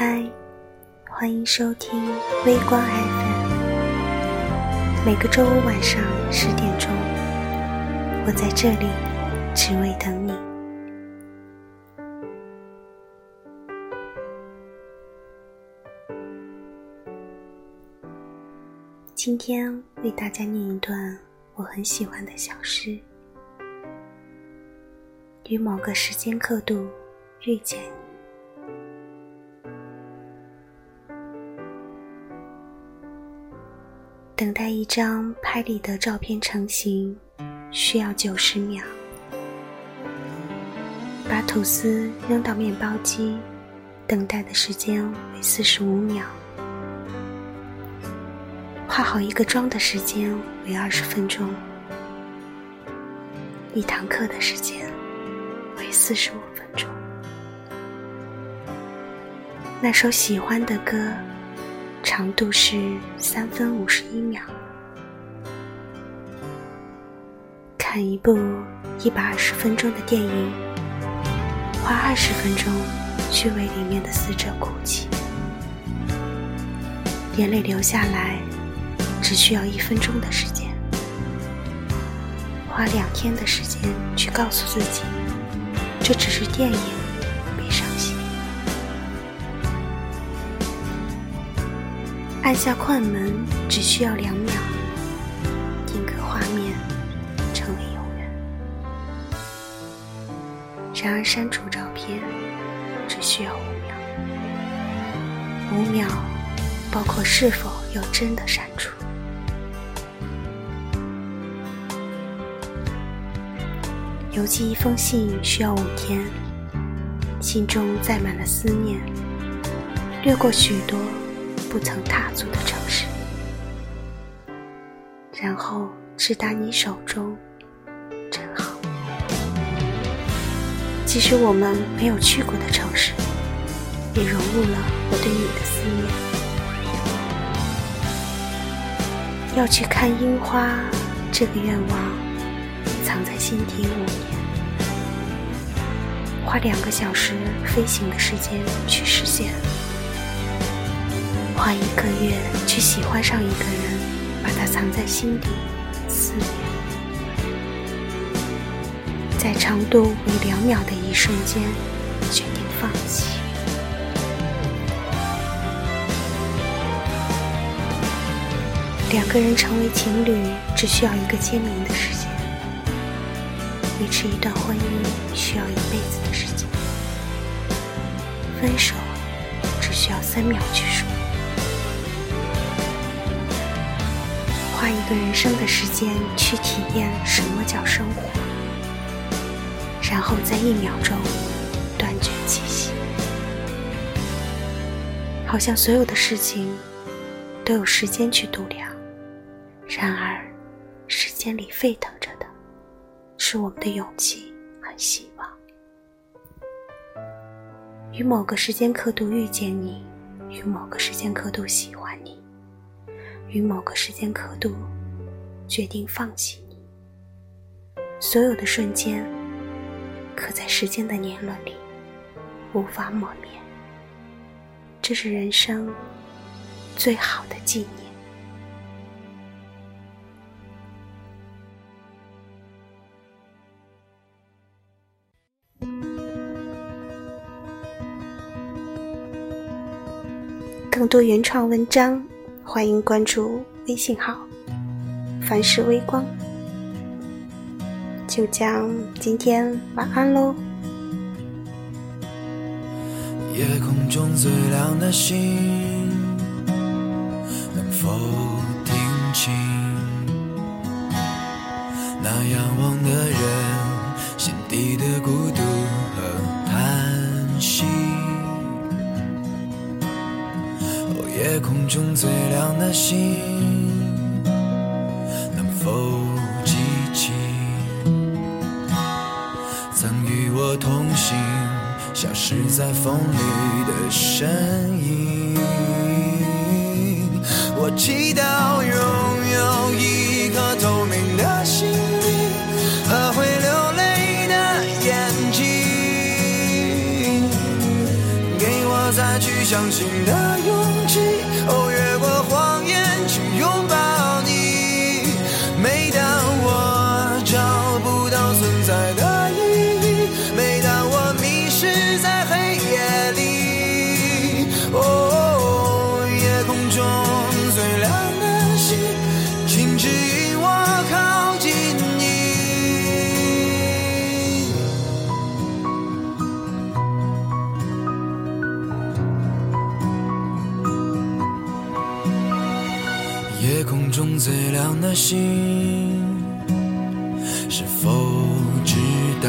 嗨，欢迎收听微光 FM， 每个周五晚上10点钟，我在这里只为等你。今天为大家念一段我很喜欢的小诗。于某个时间刻度遇见你。等待一张拍立得照片成型需要90秒，把吐司扔到面包机，等待的时间为45秒，画好一个妆的时间为20分钟，一堂课的时间为45分钟。那首喜欢的歌长度是3分51秒。看一部120分钟的电影，花20分钟去为里面的死者哭泣，眼泪流下来只需要1分钟的时间，花2天的时间去告诉自己这只是电影，别伤心。按下快门只需要2秒，定格画面成为永远。然而删除照片只需要5秒，5秒包括是否要真的删除。邮寄一封信需要5天，信中载满了思念，掠过许多不曾踏足的城市，然后直达你手中，真好。即使我们没有去过的城市，也融入了我对你的思念。要去看樱花，这个愿望藏在心底5年，花2个小时飞行的时间去实现，花1个月去喜欢上一个人，把它藏在心底4年，在长度为2秒的一瞬间决定放弃。2个人成为情侣只需要1个签名的时间，维持一段婚姻需要1辈子的时间，分手只需要3秒去说。花1个人生的时间去体验什么叫生活，然后在1秒钟断绝气息。好像所有的事情都有时间去度量，然而时间里沸腾着的是我们的勇气和希望。于某个时间刻度遇见你，于某个时间刻度喜欢你，于某个时间刻度决定放弃你。所有的瞬间刻在时间的年轮里，无法磨灭。这是人生最好的纪念。更多原创文章，欢迎关注微信号凡是微光。就讲今天晚安咯。 夜空中最亮的星，能否听清那仰望的人心底的孤独和叹息？夜空中最亮的星，能否记起曾与我同行消失在风里的身影？我祈祷拥有一颗透明的心灵和会流泪的眼睛，给我再去相信的勇气，越过谎言去拥抱你。每当我找不到存在的意义，每当我迷失在黑夜里，夜空中最亮的星，请指引我靠近你。夜空中最亮的星，是否知道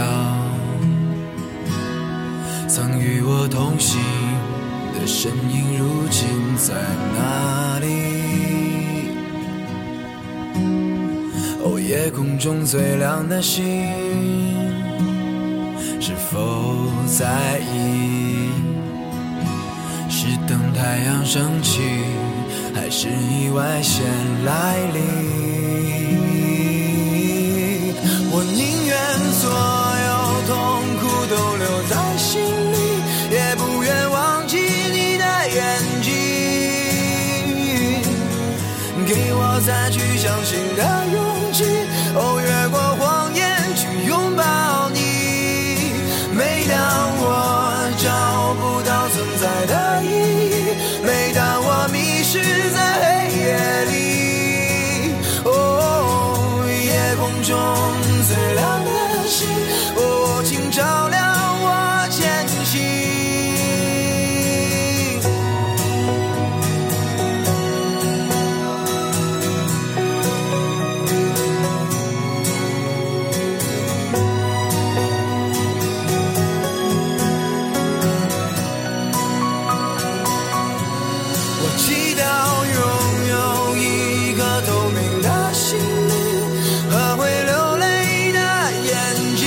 曾与我同行的身影如今在哪里？夜空中最亮的星，是否在意？是等太阳升起，还是意外先来临？我宁愿所有痛苦都留在心里，也不愿忘记你的眼睛。给我再去相信的勇气，越过谎言去拥抱你。每当我找不到存在的意义，每当我迷失在黑夜里，夜空中最亮的星，请照亮我前行。祈祷拥有一颗透明的心灵和会流泪的眼睛，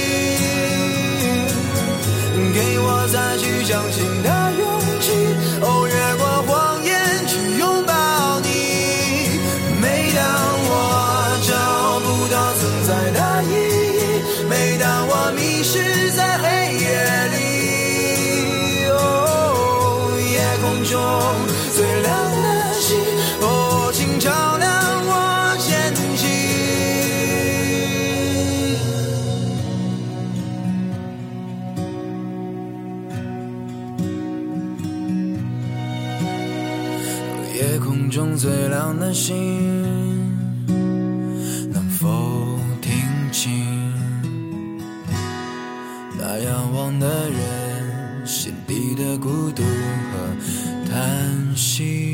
给我再去相信的勇气，越过谎言去拥抱你。每当我找不到存在的意义，每当我迷失在黑夜里，夜空中最亮的星，请照亮我前行。夜空中最亮的星，能否听清那仰望的人心底的孤独和叹息？